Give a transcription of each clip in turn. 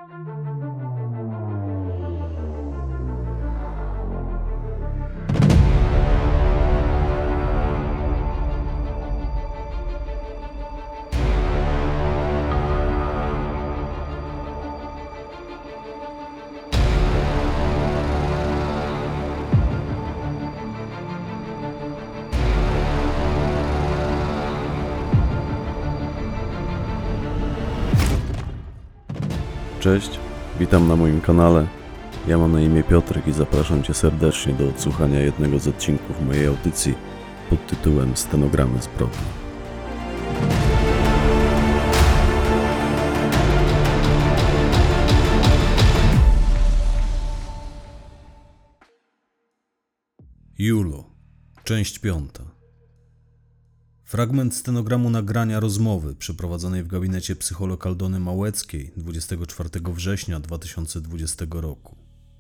Cześć, witam na moim kanale. Ja mam na imię Piotrek i zapraszam Cię serdecznie do odsłuchania jednego z odcinków mojej audycji pod tytułem Stenogramy zbrodni. Julo, część 5. Fragment stenogramu nagrania rozmowy przeprowadzonej w gabinecie psycholog Aldony Małeckiej 24 września 2020 roku.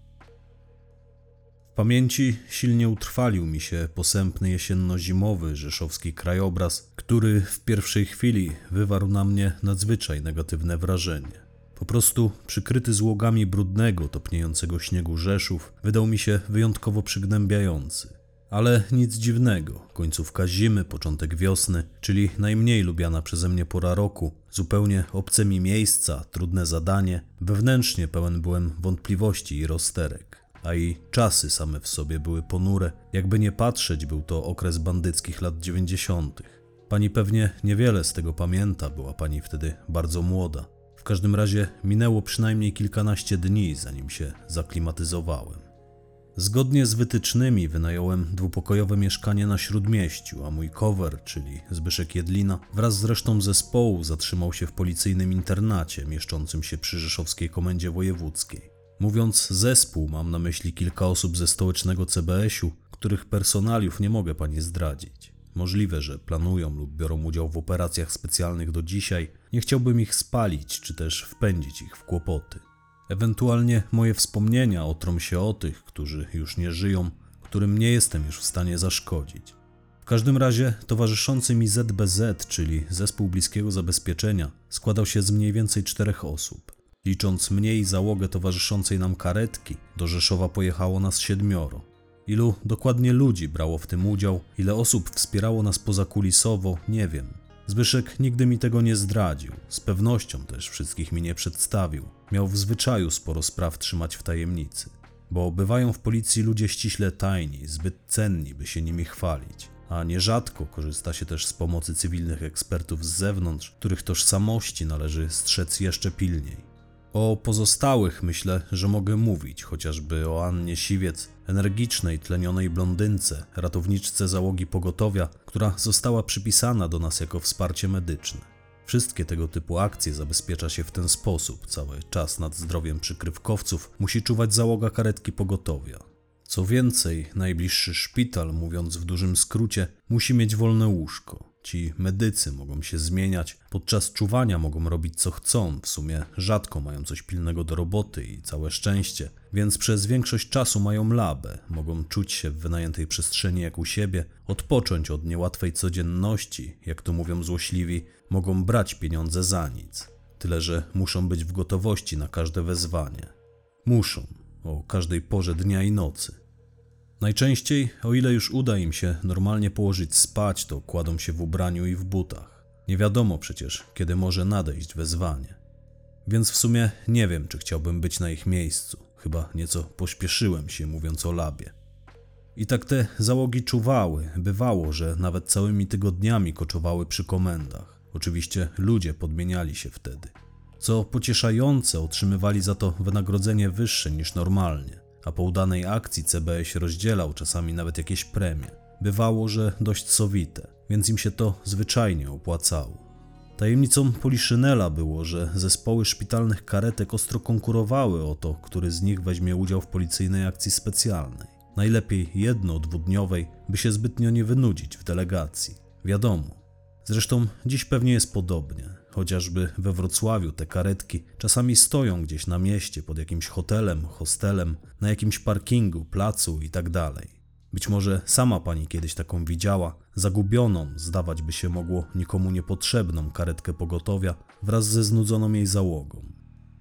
W pamięci silnie utrwalił mi się posępny jesienno-zimowy rzeszowski krajobraz, który w pierwszej chwili wywarł na mnie nadzwyczaj negatywne wrażenie. Po prostu przykryty złogami brudnego, topniejącego śniegu Rzeszów wydał mi się wyjątkowo przygnębiający. Ale nic dziwnego, końcówka zimy, początek wiosny, czyli najmniej lubiana przeze mnie pora roku, zupełnie obce mi miejsca, trudne zadanie, wewnętrznie pełen byłem wątpliwości i rozterek, a i czasy same w sobie były ponure, jakby nie patrzeć, był to okres bandyckich lat 90. Pani pewnie niewiele z tego pamięta, była pani wtedy bardzo młoda. W każdym razie minęło przynajmniej kilkanaście dni, zanim się zaklimatyzowałem. Zgodnie z wytycznymi wynająłem dwupokojowe mieszkanie na Śródmieściu, a mój cover, czyli Zbyszek Jedlina, wraz z resztą zespołu zatrzymał się w policyjnym internacie mieszczącym się przy Rzeszowskiej Komendzie Wojewódzkiej. Mówiąc zespół, mam na myśli kilka osób ze stołecznego CBS-u, których personaliów nie mogę pani zdradzić. Możliwe, że planują lub biorą udział w operacjach specjalnych do dzisiaj, nie chciałbym ich spalić, czy też wpędzić ich w kłopoty. Ewentualnie moje wspomnienia otrą się o tych, którzy już nie żyją, którym nie jestem już w stanie zaszkodzić. W każdym razie towarzyszący mi ZBZ, czyli Zespół Bliskiego Zabezpieczenia, składał się z mniej więcej 4 osób. Licząc mnie i załogę towarzyszącej nam karetki, do Rzeszowa pojechało nas 7. Ilu dokładnie ludzi brało w tym udział, ile osób wspierało nas pozakulisowo, nie wiem. Zbyszek nigdy mi tego nie zdradził, z pewnością też wszystkich mi nie przedstawił. Miał w zwyczaju sporo spraw trzymać w tajemnicy, bo bywają w policji ludzie ściśle tajni, zbyt cenni, by się nimi chwalić, a nierzadko korzysta się też z pomocy cywilnych ekspertów z zewnątrz, których tożsamości należy strzec jeszcze pilniej. O pozostałych myślę, że mogę mówić, chociażby o Annie Siwiec, energicznej, tlenionej blondynce, ratowniczce załogi pogotowia, która została przypisana do nas jako wsparcie medyczne. Wszystkie tego typu akcje zabezpiecza się w ten sposób. Cały czas nad zdrowiem przykrywkowców musi czuwać załoga karetki pogotowia. Co więcej, najbliższy szpital, mówiąc w dużym skrócie, musi mieć wolne łóżko. Ci medycy mogą się zmieniać, podczas czuwania mogą robić co chcą, w sumie rzadko mają coś pilnego do roboty i całe szczęście, więc przez większość czasu mają labę, mogą czuć się w wynajętej przestrzeni jak u siebie, odpocząć od niełatwej codzienności, jak to mówią złośliwi, mogą brać pieniądze za nic. Tyle, że muszą być w gotowości na każde wezwanie. Muszą, o każdej porze dnia i nocy. Najczęściej, o ile już uda im się normalnie położyć spać, to kładą się w ubraniu i w butach. Nie wiadomo przecież, kiedy może nadejść wezwanie. Więc w sumie nie wiem, czy chciałbym być na ich miejscu. Chyba nieco pośpieszyłem się, mówiąc o labie. I tak te załogi czuwały. Bywało, że nawet całymi tygodniami koczowały przy komendach. Oczywiście ludzie podmieniali się wtedy. Co pocieszające, otrzymywali za to wynagrodzenie wyższe niż normalnie. A po udanej akcji CBS rozdzielał czasami nawet jakieś premie. Bywało, że dość sowite, więc im się to zwyczajnie opłacało. Tajemnicą Poliszynela było, że zespoły szpitalnych karetek ostro konkurowały o to, który z nich weźmie udział w policyjnej akcji specjalnej. Najlepiej 1-2-dniowej, by się zbytnio nie wynudzić w delegacji. Wiadomo. Zresztą dziś pewnie jest podobnie. Chociażby we Wrocławiu te karetki czasami stoją gdzieś na mieście pod jakimś hotelem, hostelem, na jakimś parkingu, placu i tak dalej. Być może sama pani kiedyś taką widziała, zagubioną, zdawać by się mogło nikomu niepotrzebną karetkę pogotowia wraz ze znudzoną jej załogą.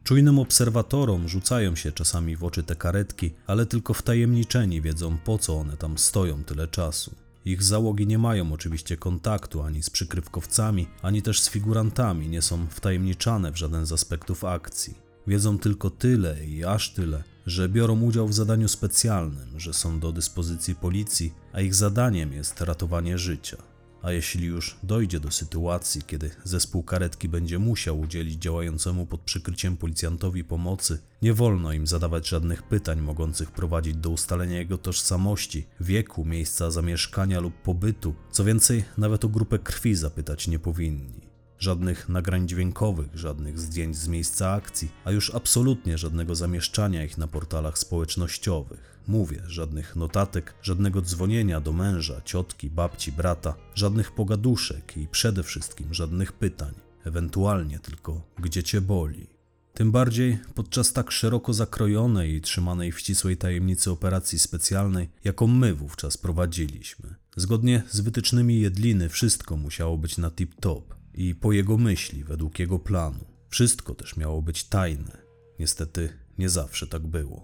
Czujnym obserwatorom rzucają się czasami w oczy te karetki, ale tylko wtajemniczeni wiedzą, po co one tam stoją tyle czasu. Ich załogi nie mają oczywiście kontaktu ani z przykrywkowcami, ani też z figurantami, nie są wtajemniczane w żaden z aspektów akcji. Wiedzą tylko tyle i aż tyle, że biorą udział w zadaniu specjalnym, że są do dyspozycji policji, a ich zadaniem jest ratowanie życia. A jeśli już dojdzie do sytuacji, kiedy zespół karetki będzie musiał udzielić działającemu pod przykryciem policjantowi pomocy, nie wolno im zadawać żadnych pytań mogących prowadzić do ustalenia jego tożsamości, wieku, miejsca zamieszkania lub pobytu. Co więcej, nawet o grupę krwi zapytać nie powinni. Żadnych nagrań dźwiękowych, żadnych zdjęć z miejsca akcji, a już absolutnie żadnego zamieszczania ich na portalach społecznościowych. Mówię, żadnych notatek, żadnego dzwonienia do męża, ciotki, babci, brata, żadnych pogaduszek i przede wszystkim żadnych pytań, ewentualnie tylko gdzie cię boli. Tym bardziej podczas tak szeroko zakrojonej i trzymanej w ścisłej tajemnicy operacji specjalnej, jaką my wówczas prowadziliśmy. Zgodnie z wytycznymi Jedliny wszystko musiało być na tip-top i po jego myśli, według jego planu. Wszystko też miało być tajne. Niestety nie zawsze tak było.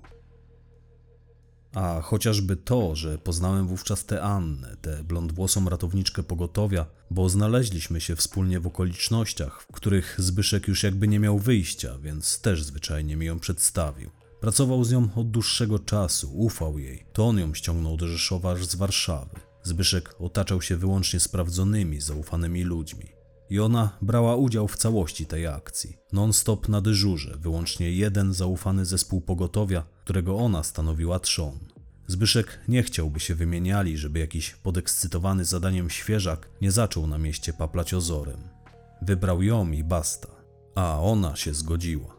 A chociażby to, że poznałem wówczas tę Annę, tę blondwłosą ratowniczkę pogotowia, bo znaleźliśmy się wspólnie w okolicznościach, w których Zbyszek już jakby nie miał wyjścia, więc też zwyczajnie mi ją przedstawił. Pracował z nią od dłuższego czasu, ufał jej, to on ją ściągnął do Rzeszowa aż z Warszawy. Zbyszek otaczał się wyłącznie sprawdzonymi, zaufanymi ludźmi. I ona brała udział w całości tej akcji. Non-stop na dyżurze, wyłącznie jeden zaufany zespół pogotowia, którego ona stanowiła trzon. Zbyszek nie chciał, by się wymieniali, żeby jakiś podekscytowany zadaniem świeżak nie zaczął na mieście paplać ozorem. Wybrał ją i basta. A ona się zgodziła.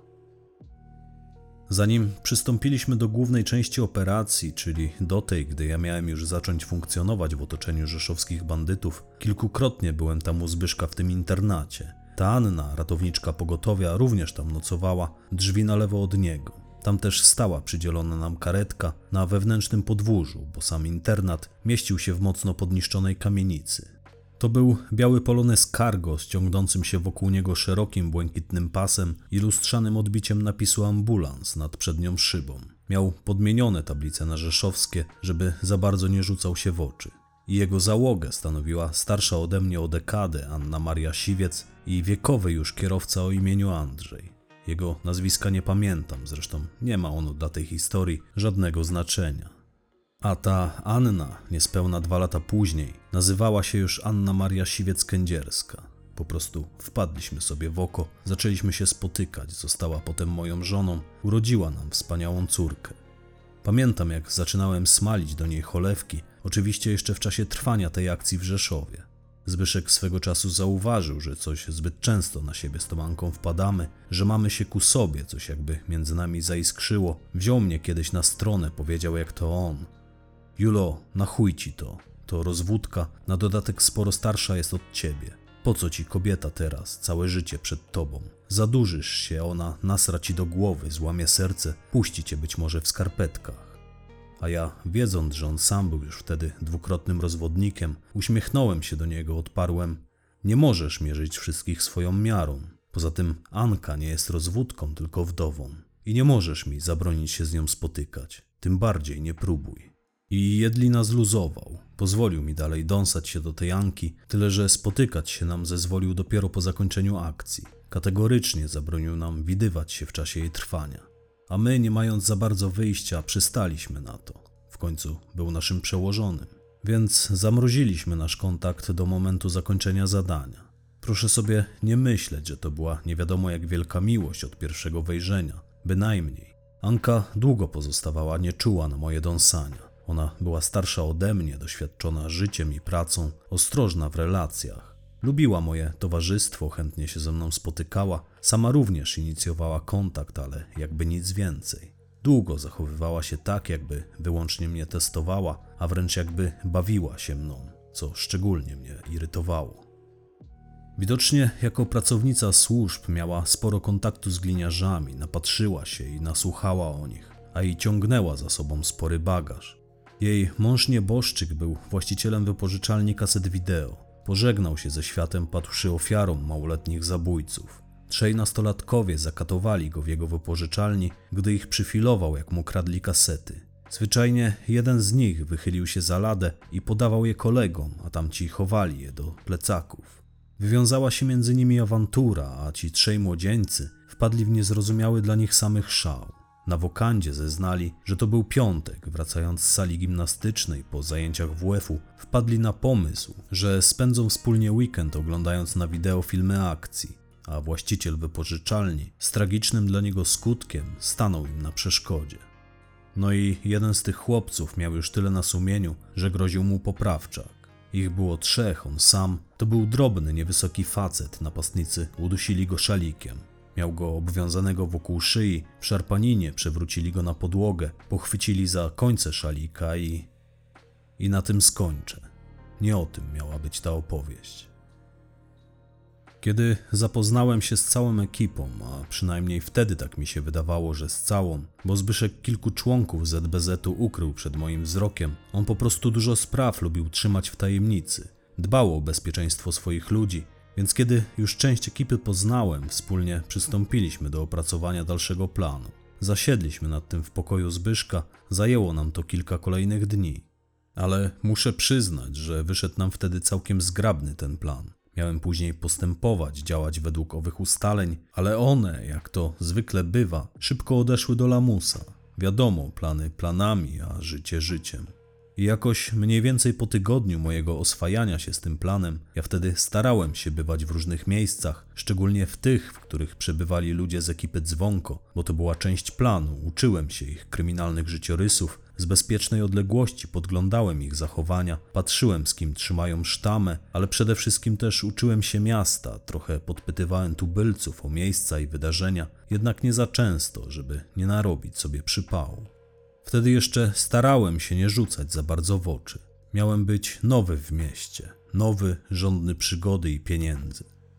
Zanim przystąpiliśmy do głównej części operacji, czyli do tej, gdy ja miałem już zacząć funkcjonować w otoczeniu rzeszowskich bandytów, kilkukrotnie byłem tam u Zbyszka w tym internacie. Ta Anna, ratowniczka pogotowia, również tam nocowała, drzwi na lewo od niego. Tam też stała przydzielona nam karetka na wewnętrznym podwórzu, bo sam internat mieścił się w mocno podniszczonej kamienicy. To był biały Polonez Cargo z ciągnącym się wokół niego szerokim, błękitnym pasem i lustrzanym odbiciem napisu ambulans nad przednią szybą. Miał podmienione tablice na rzeszowskie, żeby za bardzo nie rzucał się w oczy. I jego załogę stanowiła starsza ode mnie o dekadę Anna Maria Siwiec i wiekowy już kierowca o imieniu Andrzej. Jego nazwiska nie pamiętam, zresztą nie ma ono dla tej historii żadnego znaczenia. A ta Anna, niespełna 2 lata później, nazywała się już Anna Maria Siwiec-Kędzierska. Po prostu wpadliśmy sobie w oko, zaczęliśmy się spotykać, została potem moją żoną, urodziła nam wspaniałą córkę. Pamiętam, jak zaczynałem smalić do niej cholewki, oczywiście jeszcze w czasie trwania tej akcji w Rzeszowie. Zbyszek swego czasu zauważył, że coś zbyt często na siebie z tą Anką wpadamy, że mamy się ku sobie, coś jakby między nami zaiskrzyło. Wziął mnie kiedyś na stronę, powiedział jak to on. Julo, na chuj ci to. To rozwódka, na dodatek sporo starsza jest od ciebie. Po co ci kobieta teraz, całe życie przed tobą? Zadurzysz się, ona nasra ci do głowy, złamie serce, puści cię być może w skarpetkach. A ja, wiedząc, że on sam był już wtedy 2-krotnym rozwodnikiem, uśmiechnąłem się do niego, odparłem: nie możesz mierzyć wszystkich swoją miarą. Poza tym Anka nie jest rozwódką, tylko wdową. I nie możesz mi zabronić się z nią spotykać. Tym bardziej nie próbuj. I Jedlina zluzował. Pozwolił mi dalej dąsać się do tej Anki, tyle że spotykać się nam zezwolił dopiero po zakończeniu akcji. Kategorycznie zabronił nam widywać się w czasie jej trwania. A my, nie mając za bardzo wyjścia, przystaliśmy na to. W końcu był naszym przełożonym. Więc zamroziliśmy nasz kontakt do momentu zakończenia zadania. Proszę sobie nie myśleć, że to była nie wiadomo jak wielka miłość od pierwszego wejrzenia. Bynajmniej. Anka długo pozostawała nieczuła na moje dąsania. Ona była starsza ode mnie, doświadczona życiem i pracą, ostrożna w relacjach. Lubiła moje towarzystwo, chętnie się ze mną spotykała, sama również inicjowała kontakt, ale jakby nic więcej. Długo zachowywała się tak, jakby wyłącznie mnie testowała, a wręcz jakby bawiła się mną, co szczególnie mnie irytowało. Widocznie jako pracownica służb miała sporo kontaktu z gliniarzami, napatrzyła się i nasłuchała o nich, a i ciągnęła za sobą spory bagaż. Jej mąż nieboszczyk był właścicielem wypożyczalni kaset wideo. Pożegnał się ze światem, padłszy ofiarą małoletnich zabójców. Trzej nastolatkowie zakatowali go w jego wypożyczalni, gdy ich przyfilował, jak mu kradli kasety. Zwyczajnie jeden z nich wychylił się za ladę i podawał je kolegom, a tamci chowali je do plecaków. Wywiązała się między nimi awantura, a ci trzej młodzieńcy wpadli w niezrozumiały dla nich samych szał. Na wokandzie zeznali, że to był piątek, wracając z sali gimnastycznej po zajęciach WF-u, wpadli na pomysł, że spędzą wspólnie weekend oglądając na wideo filmy akcji, a właściciel wypożyczalni z tragicznym dla niego skutkiem stanął im na przeszkodzie. No i jeden z tych chłopców miał już tyle na sumieniu, że groził mu poprawczak. Ich było trzech, on sam. To był drobny, niewysoki facet, napastnicy udusili go szalikiem. Miał go obwiązanego wokół szyi, w szarpaninie przewrócili go na podłogę, pochwycili za końce szalika i na tym skończę. Nie o tym miała być ta opowieść. Kiedy zapoznałem się z całą ekipą, a przynajmniej wtedy tak mi się wydawało, że z całą, bo Zbyszek kilku członków ZBZ-u ukrył przed moim wzrokiem, on po prostu dużo spraw lubił trzymać w tajemnicy. Dbał o bezpieczeństwo swoich ludzi, więc kiedy już część ekipy poznałem, wspólnie przystąpiliśmy do opracowania dalszego planu. Zasiedliśmy nad tym w pokoju Zbyszka, zajęło nam to kilka kolejnych dni. Ale muszę przyznać, że wyszedł nam wtedy całkiem zgrabny ten plan. Miałem później postępować, działać według owych ustaleń, ale one, jak to zwykle bywa, szybko odeszły do lamusa. Wiadomo, plany planami, a życie życiem. I jakoś mniej więcej po tygodniu mojego oswajania się z tym planem, ja wtedy starałem się bywać w różnych miejscach, szczególnie w tych, w których przebywali ludzie z ekipy Dzwonko, bo to była część planu, uczyłem się ich kryminalnych życiorysów, z bezpiecznej odległości podglądałem ich zachowania, patrzyłem z kim trzymają sztamę, ale przede wszystkim też uczyłem się miasta, trochę podpytywałem tubylców o miejsca i wydarzenia, jednak nie za często, żeby nie narobić sobie przypału. Wtedy jeszcze starałem się nie rzucać za bardzo w oczy. Miałem być nowy w mieście, nowy, żądny przygody i pieniędzy.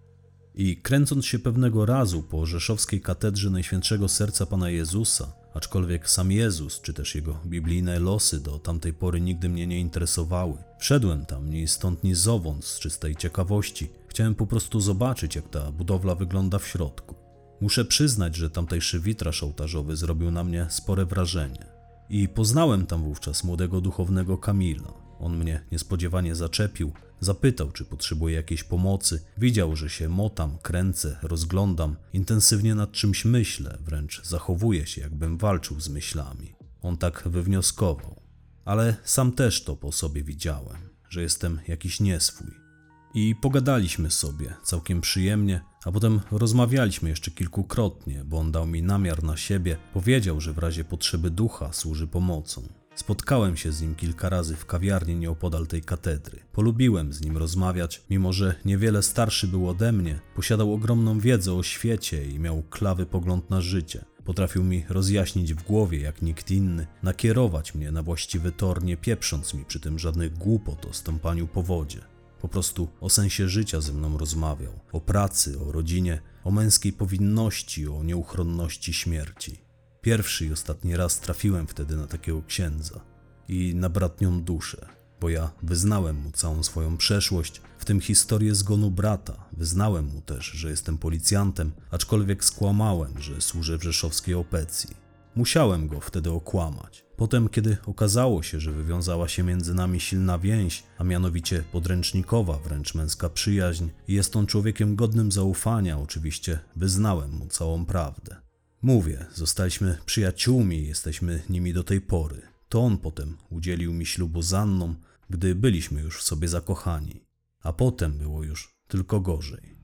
I kręcąc się pewnego razu po rzeszowskiej katedrze Najświętszego Serca Pana Jezusa, aczkolwiek sam Jezus czy też jego biblijne losy do tamtej pory nigdy mnie nie interesowały, wszedłem tam ni stąd ni zowąd z czystej ciekawości. Chciałem po prostu zobaczyć, jak ta budowla wygląda w środku. Muszę przyznać, że tamtejszy witraż ołtarzowy zrobił na mnie spore wrażenie. I poznałem tam wówczas młodego duchownego Kamila. On mnie niespodziewanie zaczepił, zapytał, czy potrzebuję jakiejś pomocy. Widział, że się motam, kręcę, rozglądam, intensywnie nad czymś myślę, wręcz zachowuję się, jakbym walczył z myślami. On tak wywnioskował. Ale sam też to po sobie widziałem, że jestem jakiś nieswój. I pogadaliśmy sobie całkiem przyjemnie, a potem rozmawialiśmy jeszcze kilkukrotnie, bo on dał mi namiar na siebie, powiedział, że w razie potrzeby ducha służy pomocą. Spotkałem się z nim kilka razy w kawiarni nieopodal tej katedry. Polubiłem z nim rozmawiać, mimo że niewiele starszy był ode mnie, posiadał ogromną wiedzę o świecie i miał klawy pogląd na życie. Potrafił mi rozjaśnić w głowie jak nikt inny, nakierować mnie na właściwy tor, nie pieprząc mi przy tym żadnych głupot o stąpaniu po wodzie. Po prostu o sensie życia ze mną rozmawiał, o pracy, o rodzinie, o męskiej powinności, o nieuchronności śmierci. Pierwszy i ostatni raz trafiłem wtedy na takiego księdza i na bratnią duszę, bo ja wyznałem mu całą swoją przeszłość, w tym historię zgonu brata. Wyznałem mu też, że jestem policjantem, aczkolwiek skłamałem, że służę w rzeszowskiej opecji. Musiałem go wtedy okłamać. Potem, kiedy okazało się, że wywiązała się między nami silna więź, a mianowicie podręcznikowa, wręcz męska przyjaźń i jest on człowiekiem godnym zaufania, oczywiście wyznałem mu całą prawdę. Mówię, zostaliśmy przyjaciółmi i jesteśmy nimi do tej pory. To on potem udzielił mi ślubu z Anną, gdy byliśmy już w sobie zakochani. A potem było już tylko gorzej.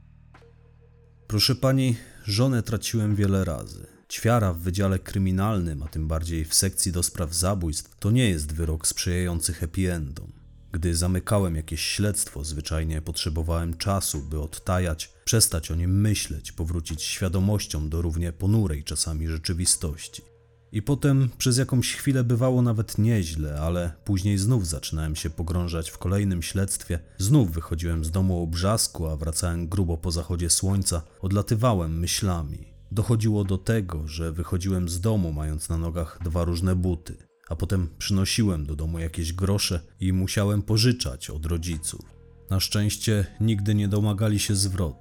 Proszę pani, żonę traciłem wiele razy. Ćwiara w wydziale kryminalnym, a tym bardziej w sekcji do spraw zabójstw, to nie jest wyrok sprzyjający happy endom. Gdy zamykałem jakieś śledztwo, zwyczajnie potrzebowałem czasu, by odtajać, przestać o nim myśleć, powrócić świadomością do równie ponurej czasami rzeczywistości. I potem przez jakąś chwilę bywało nawet nieźle, ale później znów zaczynałem się pogrążać w kolejnym śledztwie, znów wychodziłem z domu o brzasku, a wracałem grubo po zachodzie słońca, odlatywałem myślami. Dochodziło do tego, że wychodziłem z domu mając na nogach dwa różne buty, a potem przynosiłem do domu jakieś grosze i musiałem pożyczać od rodziców. Na szczęście nigdy nie domagali się zwrotu.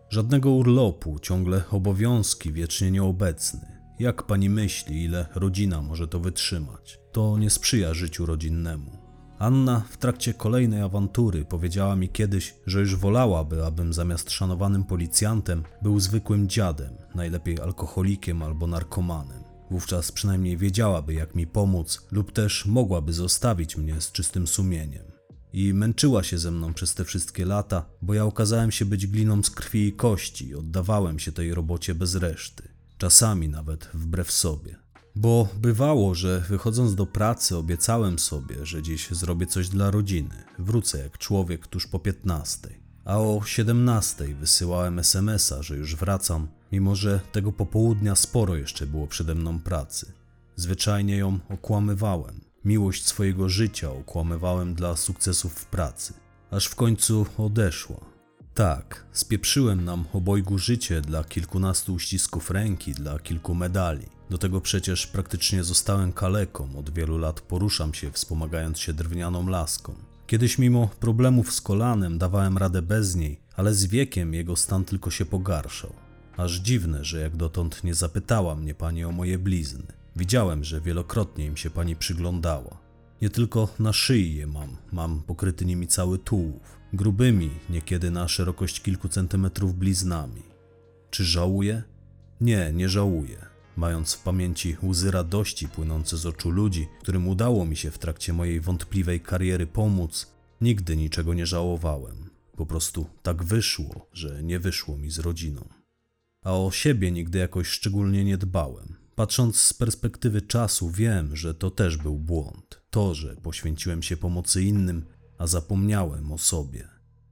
Żadnego urlopu, ciągle obowiązki, wiecznie nieobecny. Jak pani myśli, ile rodzina może to wytrzymać? To nie sprzyja życiu rodzinnemu. Anna w trakcie kolejnej awantury powiedziała mi kiedyś, że już wolałaby, abym zamiast szanowanym policjantem był zwykłym dziadem, najlepiej alkoholikiem albo narkomanem. Wówczas przynajmniej wiedziałaby, jak mi pomóc, lub też mogłaby zostawić mnie z czystym sumieniem. I męczyła się ze mną przez te wszystkie lata, bo ja okazałem się być gliną z krwi i kości i oddawałem się tej robocie bez reszty. Czasami nawet wbrew sobie. Bo bywało, że wychodząc do pracy obiecałem sobie, że dziś zrobię coś dla rodziny, wrócę jak człowiek tuż po 15, a o 17 wysyłałem SMS-a, że już wracam, mimo że tego popołudnia sporo jeszcze było przede mną pracy. Zwyczajnie ją okłamywałem, miłość swojego życia okłamywałem dla sukcesów w pracy, aż w końcu odeszła. Tak, spieprzyłem nam obojgu życie dla kilkunastu uścisków ręki, dla kilku medali. Do tego przecież praktycznie zostałem kaleką, od wielu lat poruszam się, wspomagając się drewnianą laską. Kiedyś mimo problemów z kolanem dawałem radę bez niej, ale z wiekiem jego stan tylko się pogarszał. Aż dziwne, że jak dotąd nie zapytała mnie pani o moje blizny. Widziałem, że wielokrotnie im się pani przyglądała. Nie tylko na szyi je mam pokryty nimi cały tułów, grubymi, niekiedy na szerokość kilku centymetrów bliznami. Czy żałuję? Nie żałuję. Mając w pamięci łzy radości płynące z oczu ludzi, którym udało mi się w trakcie mojej wątpliwej kariery pomóc, nigdy niczego nie żałowałem. Po prostu tak wyszło, że nie wyszło mi z rodziną. A o siebie nigdy jakoś szczególnie nie dbałem. Patrząc z perspektywy czasu wiem, że to też był błąd. To, że poświęciłem się pomocy innym, a zapomniałem o sobie.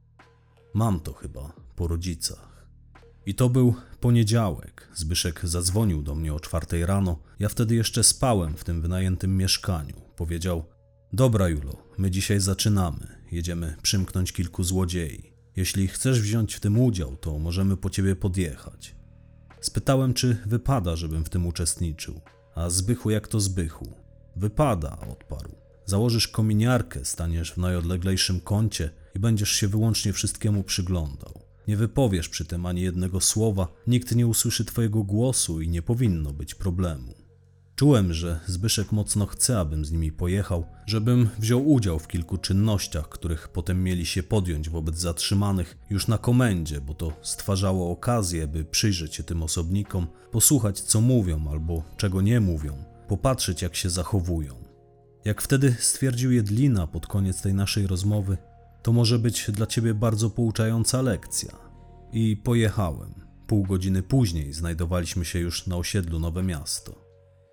Mam to chyba po rodzicach. I to był poniedziałek. Zbyszek zadzwonił do mnie o 4 rano. Ja wtedy jeszcze spałem w tym wynajętym mieszkaniu. Powiedział: dobra Julo, my dzisiaj zaczynamy. Jedziemy przymknąć kilku złodziei. Jeśli chcesz wziąć w tym udział, to możemy po ciebie podjechać. Spytałem, czy wypada, żebym w tym uczestniczył. A Zbychu jak to Zbychu? Wypada, odparł. Założysz kominiarkę, staniesz w najodleglejszym kącie i będziesz się wyłącznie wszystkiemu przyglądał. Nie wypowiesz przy tym ani jednego słowa, nikt nie usłyszy twojego głosu i nie powinno być problemu. Czułem, że Zbyszek mocno chce, abym z nimi pojechał, żebym wziął udział w kilku czynnościach, których potem mieli się podjąć wobec zatrzymanych już na komendzie, bo to stwarzało okazję, by przyjrzeć się tym osobnikom, posłuchać co mówią albo czego nie mówią, popatrzeć jak się zachowują. Jak wtedy stwierdził Jedlina pod koniec tej naszej rozmowy, to może być dla ciebie bardzo pouczająca lekcja. I pojechałem. Pół godziny później znajdowaliśmy się już na osiedlu Nowe Miasto.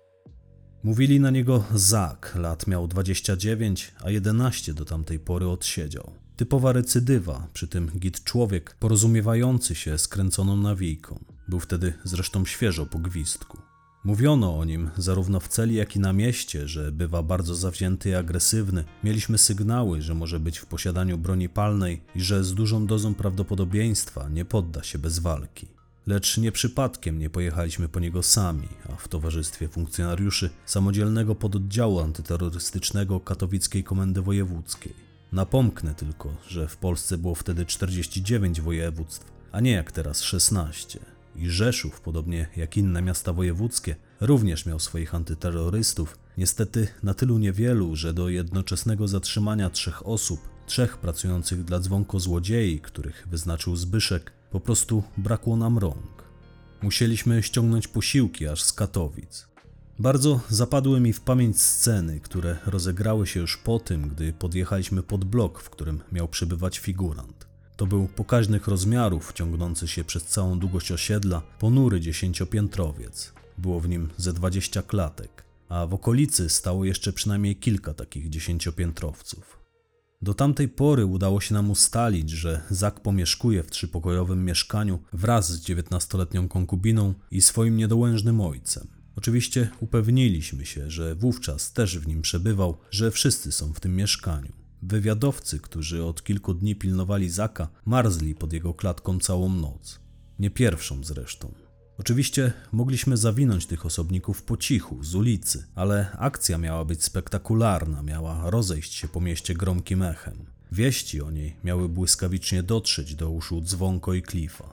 Mówili na niego Zak, lat miał 29, a 11 do tamtej pory odsiedział. Typowa recydywa, przy tym git człowiek porozumiewający się z kręconą nawijką. Był wtedy zresztą świeżo po gwizdku. Mówiono o nim zarówno w celi, jak i na mieście, że bywa bardzo zawzięty i agresywny. Mieliśmy sygnały, że może być w posiadaniu broni palnej i że z dużą dozą prawdopodobieństwa nie podda się bez walki. Lecz nie przypadkiem nie pojechaliśmy po niego sami, a w towarzystwie funkcjonariuszy samodzielnego pododdziału antyterrorystycznego Katowickiej Komendy Wojewódzkiej. Napomknę tylko, że w Polsce było wtedy 49 województw, a nie jak teraz 16. I Rzeszów, podobnie jak inne miasta wojewódzkie, również miał swoich antyterrorystów, niestety na tylu niewielu, że do jednoczesnego zatrzymania 3 osób, 3 pracujących dla dzwonkozłodziei, których wyznaczył Zbyszek, po prostu brakło nam rąk. Musieliśmy ściągnąć posiłki aż z Katowic. Bardzo zapadły mi w pamięć sceny, które rozegrały się już po tym, gdy podjechaliśmy pod blok, w którym miał przebywać figurant. To był pokaźnych rozmiarów, ciągnący się przez całą długość osiedla, ponury 10-piętrowiec. Było w nim ze 20 klatek, a w okolicy stało jeszcze przynajmniej kilka takich 10-piętrowców. Do tamtej pory udało się nam ustalić, że Zak pomieszkuje w 3-pokojowym mieszkaniu wraz z 19-letnią konkubiną i swoim niedołężnym ojcem. Oczywiście upewniliśmy się, że wówczas też w nim przebywał, że wszyscy są w tym mieszkaniu. Wywiadowcy, którzy od kilku dni pilnowali Zaka, marzli pod jego klatką całą noc. Nie pierwszą zresztą. Oczywiście mogliśmy zawinąć tych osobników po cichu, z ulicy, ale akcja miała być spektakularna, miała rozejść się po mieście gromkim echem. Wieści o niej miały błyskawicznie dotrzeć do uszu Dzwonko i Cliffa.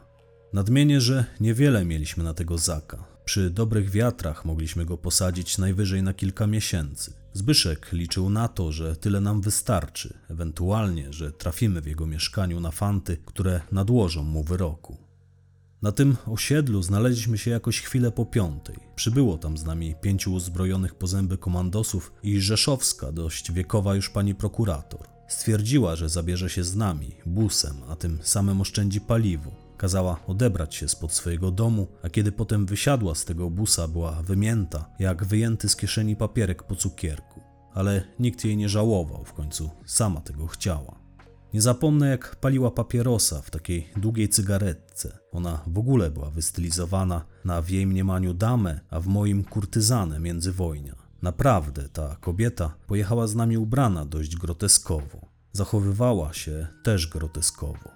Nadmienię, że niewiele mieliśmy na tego Zaka. Przy dobrych wiatrach mogliśmy go posadzić najwyżej na kilka miesięcy. Zbyszek liczył na to, że tyle nam wystarczy, ewentualnie, że trafimy w jego mieszkaniu na fanty, które nadłożą mu wyroku. Na tym osiedlu znaleźliśmy się jakoś chwilę po 5. Przybyło tam z nami 5 uzbrojonych po zęby komandosów i rzeszowska, dość wiekowa już pani prokurator. Stwierdziła, że zabierze się z nami, busem, a tym samym oszczędzi paliwo. Kazała odebrać się spod swojego domu, a kiedy potem wysiadła z tego busa, była wymięta, jak wyjęty z kieszeni papierek po cukierku. Ale nikt jej nie żałował, w końcu sama tego chciała. Nie zapomnę, jak paliła papierosa w takiej długiej cygaretce. Ona w ogóle była wystylizowana na w jej mniemaniu damę, a w moim kurtyzanę międzywojnia. Naprawdę ta kobieta pojechała z nami ubrana dość groteskowo. Zachowywała się też groteskowo.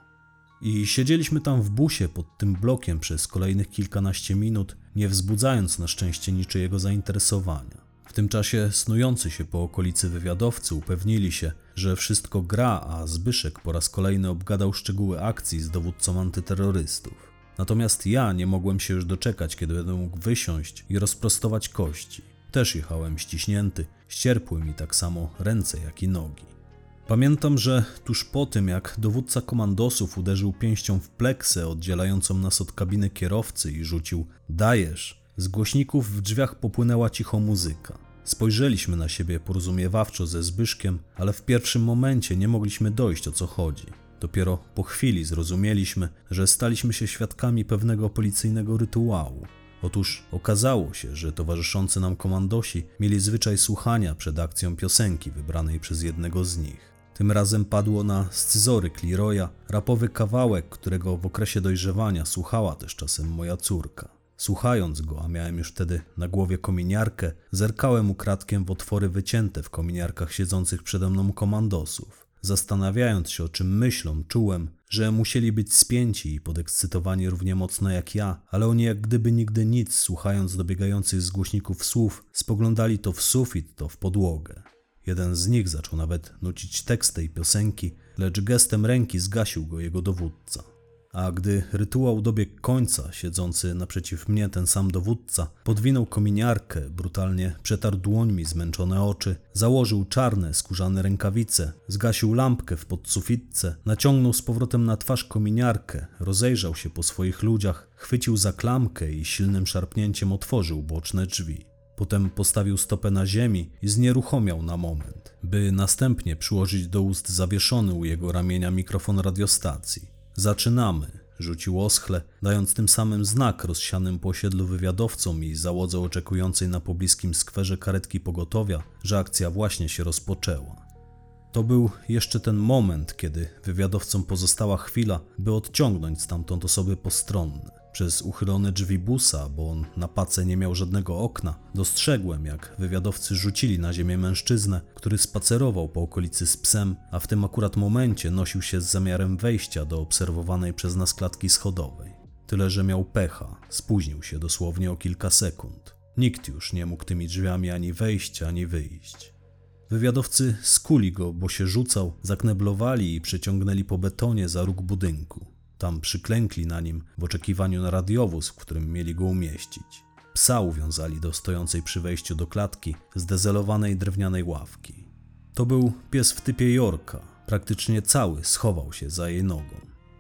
I siedzieliśmy tam w busie pod tym blokiem przez kolejnych kilkanaście minut, nie wzbudzając na szczęście niczyjego zainteresowania. W tym czasie snujący się po okolicy wywiadowcy upewnili się, że wszystko gra, a Zbyszek po raz kolejny obgadał szczegóły akcji z dowódcą antyterrorystów. Natomiast ja nie mogłem się już doczekać, kiedy będę mógł wysiąść i rozprostować kości. Też jechałem ściśnięty, ścierpły mi tak samo ręce jak i nogi. Pamiętam, że tuż po tym, jak dowódca komandosów uderzył pięścią w pleksę oddzielającą nas od kabiny kierowcy i rzucił „dajesz”, z głośników w drzwiach popłynęła cicho muzyka. Spojrzeliśmy na siebie porozumiewawczo ze Zbyszkiem, ale w pierwszym momencie nie mogliśmy dojść, o co chodzi. Dopiero po chwili zrozumieliśmy, że staliśmy się świadkami pewnego policyjnego rytuału. Otóż okazało się, że towarzyszący nam komandosi mieli zwyczaj słuchania przed akcją piosenki wybranej przez jednego z nich. Tym razem padło na Scyzoryk Leroya rapowy kawałek, którego w okresie dojrzewania słuchała też czasem moja córka. Słuchając go, a miałem już wtedy na głowie kominiarkę, zerkałem ukradkiem w otwory wycięte w kominiarkach siedzących przede mną komandosów. Zastanawiając się, o czym myślą, czułem, że musieli być spięci i podekscytowani równie mocno jak ja, ale oni jak gdyby nigdy nic, słuchając dobiegających z głośników słów, spoglądali to w sufit, to w podłogę. Jeden z nich zaczął nawet nucić tekst tej piosenki, lecz gestem ręki zgasił go jego dowódca. A gdy rytuał dobiegł końca, siedzący naprzeciw mnie ten sam dowódca podwinął kominiarkę, brutalnie przetarł dłońmi zmęczone oczy, założył czarne, skórzane rękawice, zgasił lampkę w podsufitce, naciągnął z powrotem na twarz kominiarkę, rozejrzał się po swoich ludziach, chwycił za klamkę i silnym szarpnięciem otworzył boczne drzwi. Potem postawił stopę na ziemi i znieruchomiał na moment, by następnie przyłożyć do ust zawieszony u jego ramienia mikrofon radiostacji. Zaczynamy, rzucił oschle, dając tym samym znak rozsianym po osiedlu wywiadowcom i załodze oczekującej na pobliskim skwerze karetki pogotowia, że akcja właśnie się rozpoczęła. To był jeszcze ten moment, kiedy wywiadowcom pozostała chwila, by odciągnąć stamtąd osoby postronne. Przez uchylone drzwi busa, bo on na pace nie miał żadnego okna, dostrzegłem, jak wywiadowcy rzucili na ziemię mężczyznę, który spacerował po okolicy z psem, a w tym akurat momencie nosił się z zamiarem wejścia do obserwowanej przez nas klatki schodowej. Tyle, że miał pecha, spóźnił się dosłownie o kilka sekund. Nikt już nie mógł tymi drzwiami ani wejść, ani wyjść. Wywiadowcy skuli go, bo się rzucał, zakneblowali i przyciągnęli po betonie za róg budynku. Tam przyklękli na nim w oczekiwaniu na radiowóz, w którym mieli go umieścić. Psa uwiązali do stojącej przy wejściu do klatki zdezelowanej drewnianej ławki. To był pies w typie Yorka, praktycznie cały schował się za jej nogą.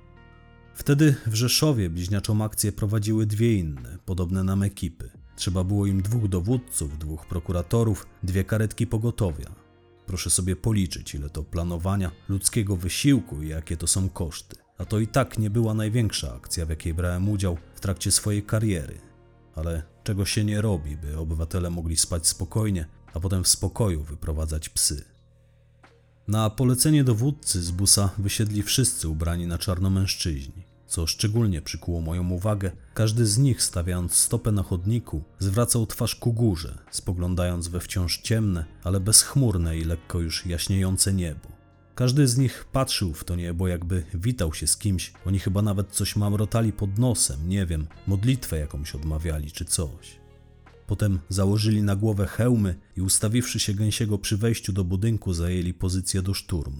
Wtedy w Rzeszowie bliźniaczą akcję prowadziły dwie inne, podobne nam ekipy. Trzeba było im 2 dowódców, 2 prokuratorów, 2 karetki pogotowia. Proszę sobie policzyć, ile to planowania, ludzkiego wysiłku i jakie to są koszty. A to i tak nie była największa akcja, w jakiej brałem udział w trakcie swojej kariery. Ale czego się nie robi, by obywatele mogli spać spokojnie, a potem w spokoju wyprowadzać psy. Na polecenie dowódcy z busa wysiedli wszyscy ubrani na czarno mężczyźni. Co szczególnie przykuło moją uwagę, każdy z nich, stawiając stopę na chodniku, zwracał twarz ku górze, spoglądając we wciąż ciemne, ale bezchmurne i lekko już jaśniejące niebo. Każdy z nich patrzył w to niebo, jakby witał się z kimś, oni chyba nawet coś mamrotali pod nosem, nie wiem, modlitwę jakąś odmawiali czy coś. Potem założyli na głowę hełmy i ustawiwszy się gęsiego przy wejściu do budynku, zajęli pozycję do szturmu.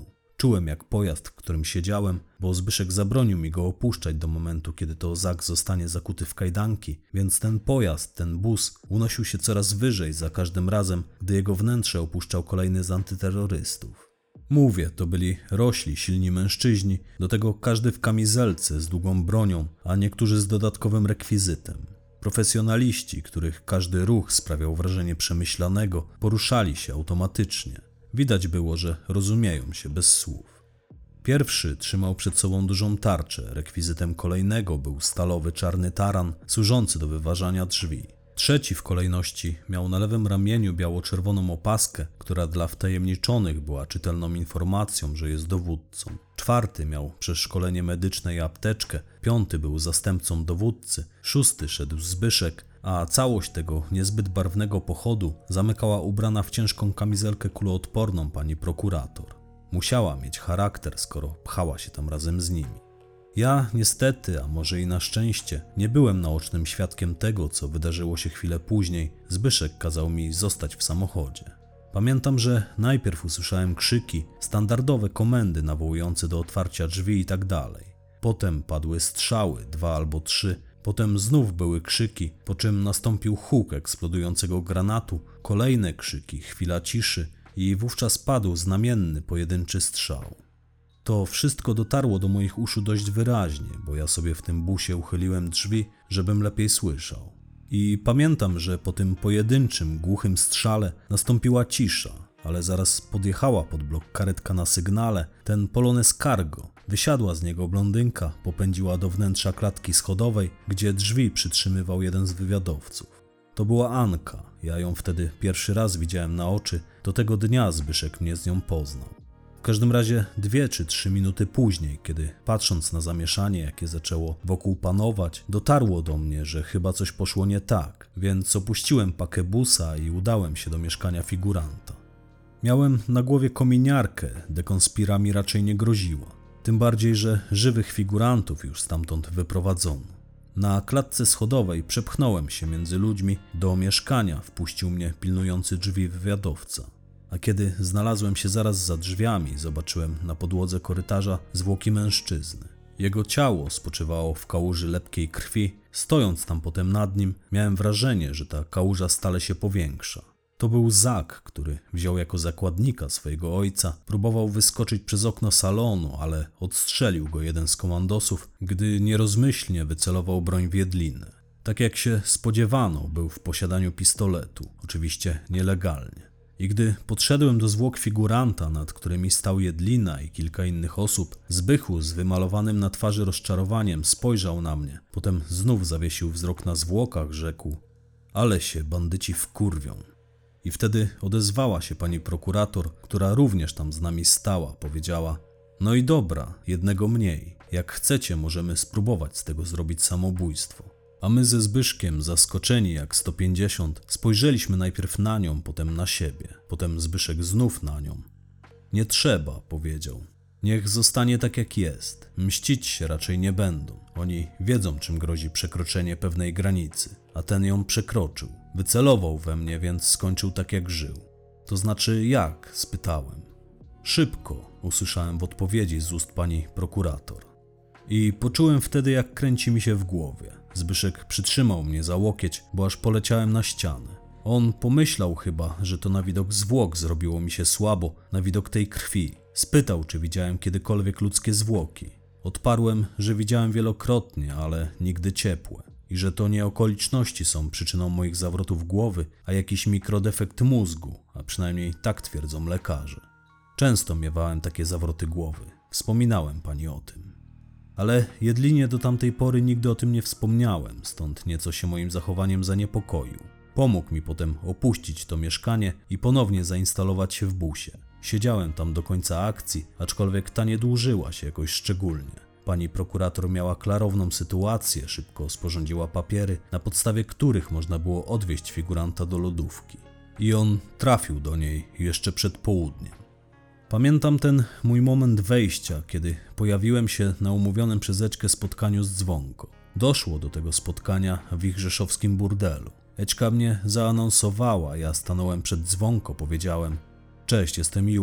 Czułem jak pojazd, w którym siedziałem, bo Zbyszek zabronił mi go opuszczać do momentu, kiedy to Zak zostanie zakuty w kajdanki, więc ten pojazd, ten bus unosił się coraz wyżej za każdym razem, gdy jego wnętrze opuszczał kolejny z antyterrorystów. Mówię, to byli rośli, silni mężczyźni, do tego każdy w kamizelce z długą bronią, a niektórzy z dodatkowym rekwizytem. Profesjonaliści, których każdy ruch sprawiał wrażenie przemyślanego, poruszali się automatycznie. Widać było, że rozumieją się bez słów. Pierwszy trzymał przed sobą dużą tarczę, rekwizytem kolejnego był stalowy czarny taran służący do wyważania drzwi. Trzeci w kolejności miał na lewym ramieniu biało-czerwoną opaskę, która dla wtajemniczonych była czytelną informacją, że jest dowódcą. Czwarty miał przeszkolenie medyczne i apteczkę, piąty był zastępcą dowódcy, szósty szedł Zbyszek, a całość tego niezbyt barwnego pochodu zamykała ubrana w ciężką kamizelkę kuloodporną pani prokurator. Musiała mieć charakter, skoro pchała się tam razem z nimi. Ja niestety, a może i na szczęście, nie byłem naocznym świadkiem tego, co wydarzyło się chwilę później. Zbyszek kazał mi zostać w samochodzie. Pamiętam, że najpierw usłyszałem krzyki, standardowe komendy nawołujące do otwarcia drzwi i tak dalej. Potem padły strzały, 2 albo 3, potem znów były krzyki, po czym nastąpił huk eksplodującego granatu, kolejne krzyki, chwila ciszy i wówczas padł znamienny pojedynczy strzał. To wszystko dotarło do moich uszu dość wyraźnie, bo ja sobie w tym busie uchyliłem drzwi, żebym lepiej słyszał. I pamiętam, że po tym pojedynczym, głuchym strzale nastąpiła cisza, ale zaraz podjechała pod blok karetka na sygnale, ten Polonez Cargo. Wysiadła z niego blondynka, popędziła do wnętrza klatki schodowej, gdzie drzwi przytrzymywał jeden z wywiadowców. To była Anka, ja ją wtedy pierwszy raz widziałem na oczy, do tego dnia Zbyszek mnie z nią poznał. W każdym razie 2 czy 3 minuty później, kiedy patrząc na zamieszanie, jakie zaczęło wokół panować, dotarło do mnie, że chyba coś poszło nie tak, więc opuściłem pakę busa i udałem się do mieszkania figuranta. Miałem na głowie kominiarkę, dekonspira mi raczej nie groziła, tym bardziej, że żywych figurantów już stamtąd wyprowadzono. Na klatce schodowej przepchnąłem się między ludźmi do mieszkania, wpuścił mnie pilnujący drzwi wywiadowca. A kiedy znalazłem się zaraz za drzwiami, zobaczyłem na podłodze korytarza zwłoki mężczyzny. Jego ciało spoczywało w kałuży lepkiej krwi, stojąc tam potem nad nim, miałem wrażenie, że ta kałuża stale się powiększa. To był Zak, który wziął jako zakładnika swojego ojca, próbował wyskoczyć przez okno salonu, ale odstrzelił go jeden z komandosów, gdy nierozmyślnie wycelował broń w Jedlinę. Tak jak się spodziewano, był w posiadaniu pistoletu, oczywiście nielegalnie. I gdy podszedłem do zwłok figuranta, nad którymi stał Jedlina i kilka innych osób, Zbychu z wymalowanym na twarzy rozczarowaniem spojrzał na mnie, potem znów zawiesił wzrok na zwłokach, rzekł: ale się bandyci wkurwią. I wtedy odezwała się pani prokurator, która również tam z nami stała, powiedziała: no i dobra, jednego mniej, jak chcecie możemy spróbować z tego zrobić samobójstwo. A my ze Zbyszkiem, zaskoczeni jak 150, spojrzeliśmy najpierw na nią, potem na siebie, potem Zbyszek znów na nią. Nie trzeba, powiedział. Niech zostanie tak jak jest. Mścić się raczej nie będą. Oni wiedzą, czym grozi przekroczenie pewnej granicy, a ten ją przekroczył. Wycelował we mnie, więc skończył tak jak żył. To znaczy jak? Spytałem. Szybko, usłyszałem w odpowiedzi z ust pani prokurator. I poczułem wtedy, jak kręci mi się w głowie. Zbyszek przytrzymał mnie za łokieć, bo aż poleciałem na ścianę. On pomyślał chyba, że to na widok zwłok zrobiło mi się słabo, na widok tej krwi. Spytał, czy widziałem kiedykolwiek ludzkie zwłoki. Odparłem, że widziałem wielokrotnie, ale nigdy ciepłe. I że to nie okoliczności są przyczyną moich zawrotów głowy, a jakiś mikrodefekt mózgu, a przynajmniej tak twierdzą lekarze. Często miewałem takie zawroty głowy. Wspominałem pani o tym. Ale Jedlinie do tamtej pory nigdy o tym nie wspomniałem, stąd nieco się moim zachowaniem zaniepokoił. Pomógł mi potem opuścić to mieszkanie i ponownie zainstalować się w busie. Siedziałem tam do końca akcji, aczkolwiek ta nie dłużyła się jakoś szczególnie. Pani prokurator miała klarowną sytuację, szybko sporządziła papiery, na podstawie których można było odwieźć figuranta do lodówki. I on trafił do niej jeszcze przed południem. Pamiętam ten mój moment wejścia, kiedy pojawiłem się na umówionym przez Eczkę spotkaniu z Dzwonko. Doszło do tego spotkania w ich rzeszowskim burdelu. Eczka mnie zaanonsowała, ja stanąłem przed Dzwonko, powiedziałem: cześć, jestem Julian.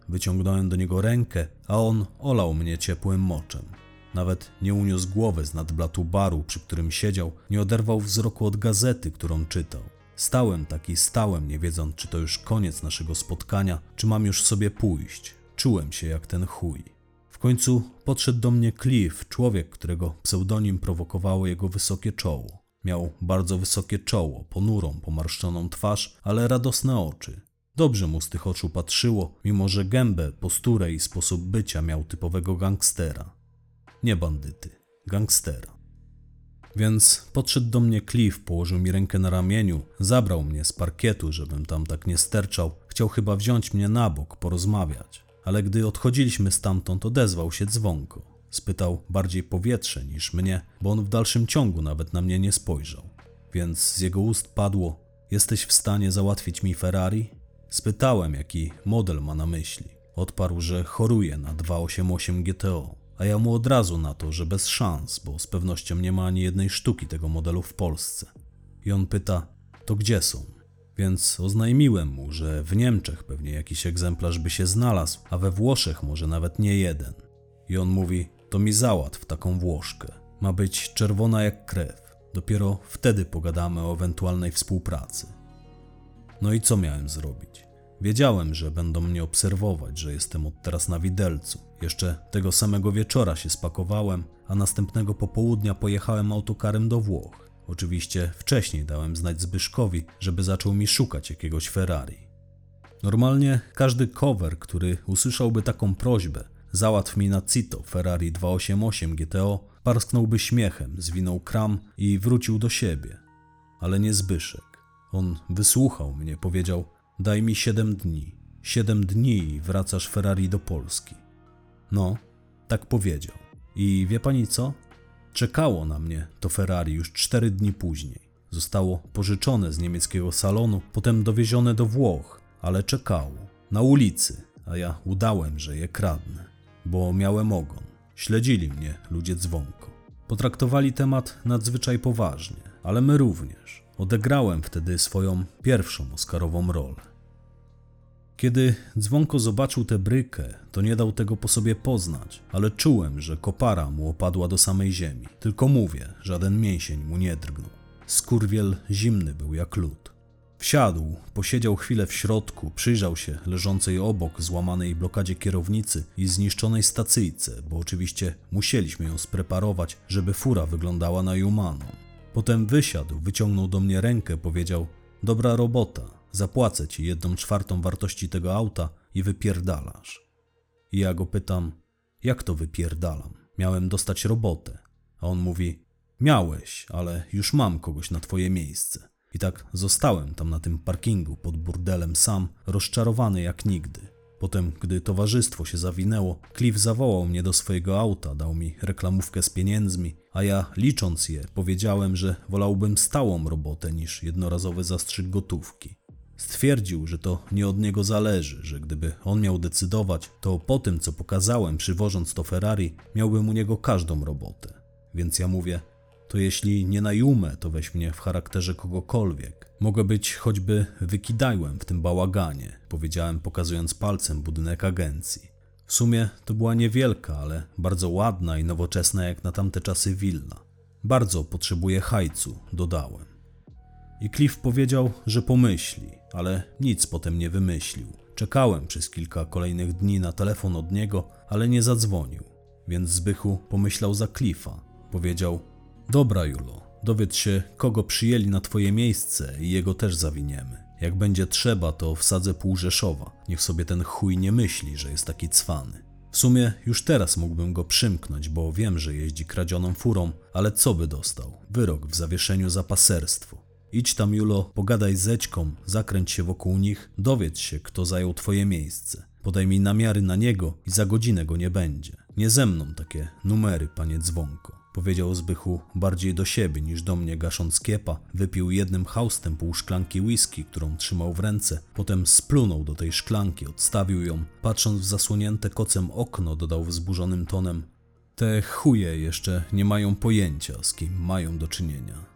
Wyciągnąłem do niego rękę, a on olał mnie ciepłym moczem. Nawet nie uniósł głowy z nadblatu baru, przy którym siedział, nie oderwał wzroku od gazety, którą czytał. Stałem, nie wiedząc, czy to już koniec naszego spotkania, czy mam już sobie pójść. Czułem się jak ten chuj. W końcu podszedł do mnie Cliff, człowiek, którego pseudonim prowokowało jego wysokie czoło. Miał bardzo wysokie czoło, ponurą, pomarszczoną twarz, ale radosne oczy. Dobrze mu z tych oczu patrzyło, mimo że gębę, posturę i sposób bycia miał typowego gangstera. Nie bandyty, gangstera. Więc podszedł do mnie Cliff, położył mi rękę na ramieniu, zabrał mnie z parkietu, żebym tam tak nie sterczał. Chciał chyba wziąć mnie na bok, porozmawiać. Ale gdy odchodziliśmy stamtąd, odezwał się dzwonko. Spytał bardziej powietrze niż mnie, bo on w dalszym ciągu nawet na mnie nie spojrzał. Więc z jego ust padło: jesteś w stanie załatwić mi Ferrari? Spytałem, jaki model ma na myśli. Odparł, że choruje na 288 GTO. A ja mu od razu na to, że bez szans, bo z pewnością nie ma ani jednej sztuki tego modelu w Polsce. I on pyta: to gdzie są? Więc oznajmiłem mu, że w Niemczech pewnie jakiś egzemplarz by się znalazł, a we Włoszech może nawet nie jeden. I on mówi: to mi załatw taką Włoszkę. Ma być czerwona jak krew. Dopiero wtedy pogadamy o ewentualnej współpracy. No i co miałem zrobić? Wiedziałem, że będą mnie obserwować, że jestem od teraz na widelcu. Jeszcze tego samego wieczora się spakowałem, a następnego popołudnia pojechałem autokarem do Włoch. Oczywiście wcześniej dałem znać Zbyszkowi, żeby zaczął mi szukać jakiegoś Ferrari. Normalnie każdy cover, który usłyszałby taką prośbę: załatw mi na Cito Ferrari 288 GTO, parsknąłby śmiechem, zwinął kram i wrócił do siebie. Ale nie Zbyszek. On wysłuchał mnie, powiedział: daj mi 7 dni. 7 dni i wracasz Ferrari do Polski. No, tak powiedział. I wie pani co? Czekało na mnie to Ferrari już 4 dni później. Zostało pożyczone z niemieckiego salonu, potem dowiezione do Włoch, ale czekało. Na ulicy, a ja udałem, że je kradnę. Bo miałem ogon. Śledzili mnie ludzie dzwonko. Potraktowali temat nadzwyczaj poważnie, ale my również. Odegrałem wtedy swoją pierwszą oscarową rolę. Kiedy dzwonko zobaczył tę brykę, to nie dał tego po sobie poznać, ale czułem, że kopara mu opadła do samej ziemi. Tylko mówię, żaden mięsień mu nie drgnął. Skurwiel zimny był jak lód. Wsiadł, posiedział chwilę w środku, przyjrzał się leżącej obok złamanej blokadzie kierownicy i zniszczonej stacyjce, bo oczywiście musieliśmy ją spreparować, żeby fura wyglądała na jumaną. Potem wysiadł, wyciągnął do mnie rękę, powiedział: dobra robota, zapłacę ci 1/4 wartości tego auta i wypierdalasz. I ja go pytam: jak to wypierdalam? Miałem dostać robotę. A on mówi: miałeś, ale już mam kogoś na twoje miejsce. I tak zostałem tam na tym parkingu pod burdelem sam, rozczarowany jak nigdy. Potem, gdy towarzystwo się zawinęło, Cliff zawołał mnie do swojego auta, dał mi reklamówkę z pieniędzmi, a ja, licząc je, powiedziałem, że wolałbym stałą robotę niż jednorazowy zastrzyk gotówki. Stwierdził, że to nie od niego zależy, że gdyby on miał decydować, to po tym, co pokazałem przywożąc to Ferrari, miałbym u niego każdą robotę. Więc ja mówię: to jeśli nie na Jumę, to weź mnie w charakterze kogokolwiek. Mogę być choćby wykidajłem w tym bałaganie, powiedziałem, pokazując palcem budynek agencji. W sumie to była niewielka, ale bardzo ładna i nowoczesna jak na tamte czasy willa. Bardzo potrzebuję hajcu, dodałem. I Cliff powiedział, że pomyśli, ale nic potem nie wymyślił. Czekałem przez kilka kolejnych dni na telefon od niego, ale nie zadzwonił. Więc Zbychu pomyślał za Cliffa. Powiedział: dobra Julo, dowiedz się, kogo przyjęli na twoje miejsce i jego też zawiniemy. Jak będzie trzeba, to wsadzę pół Rzeszowa. Niech sobie ten chuj nie myśli, że jest taki cwany. W sumie już teraz mógłbym go przymknąć, bo wiem, że jeździ kradzioną furą, ale co by dostał? Wyrok w zawieszeniu za paserstwo. Idź tam, Julo, pogadaj z Ećką, zakręć się wokół nich, dowiedz się, kto zajął twoje miejsce. Podaj mi namiary na niego i za godzinę go nie będzie. Nie ze mną takie numery, panie dzwonko. Powiedział Zbychu bardziej do siebie niż do mnie, gasząc kiepa. Wypił jednym haustem pół szklanki whisky, którą trzymał w ręce. Potem splunął do tej szklanki, odstawił ją. Patrząc w zasłonięte kocem okno, dodał wzburzonym tonem: te chuje jeszcze nie mają pojęcia, z kim mają do czynienia.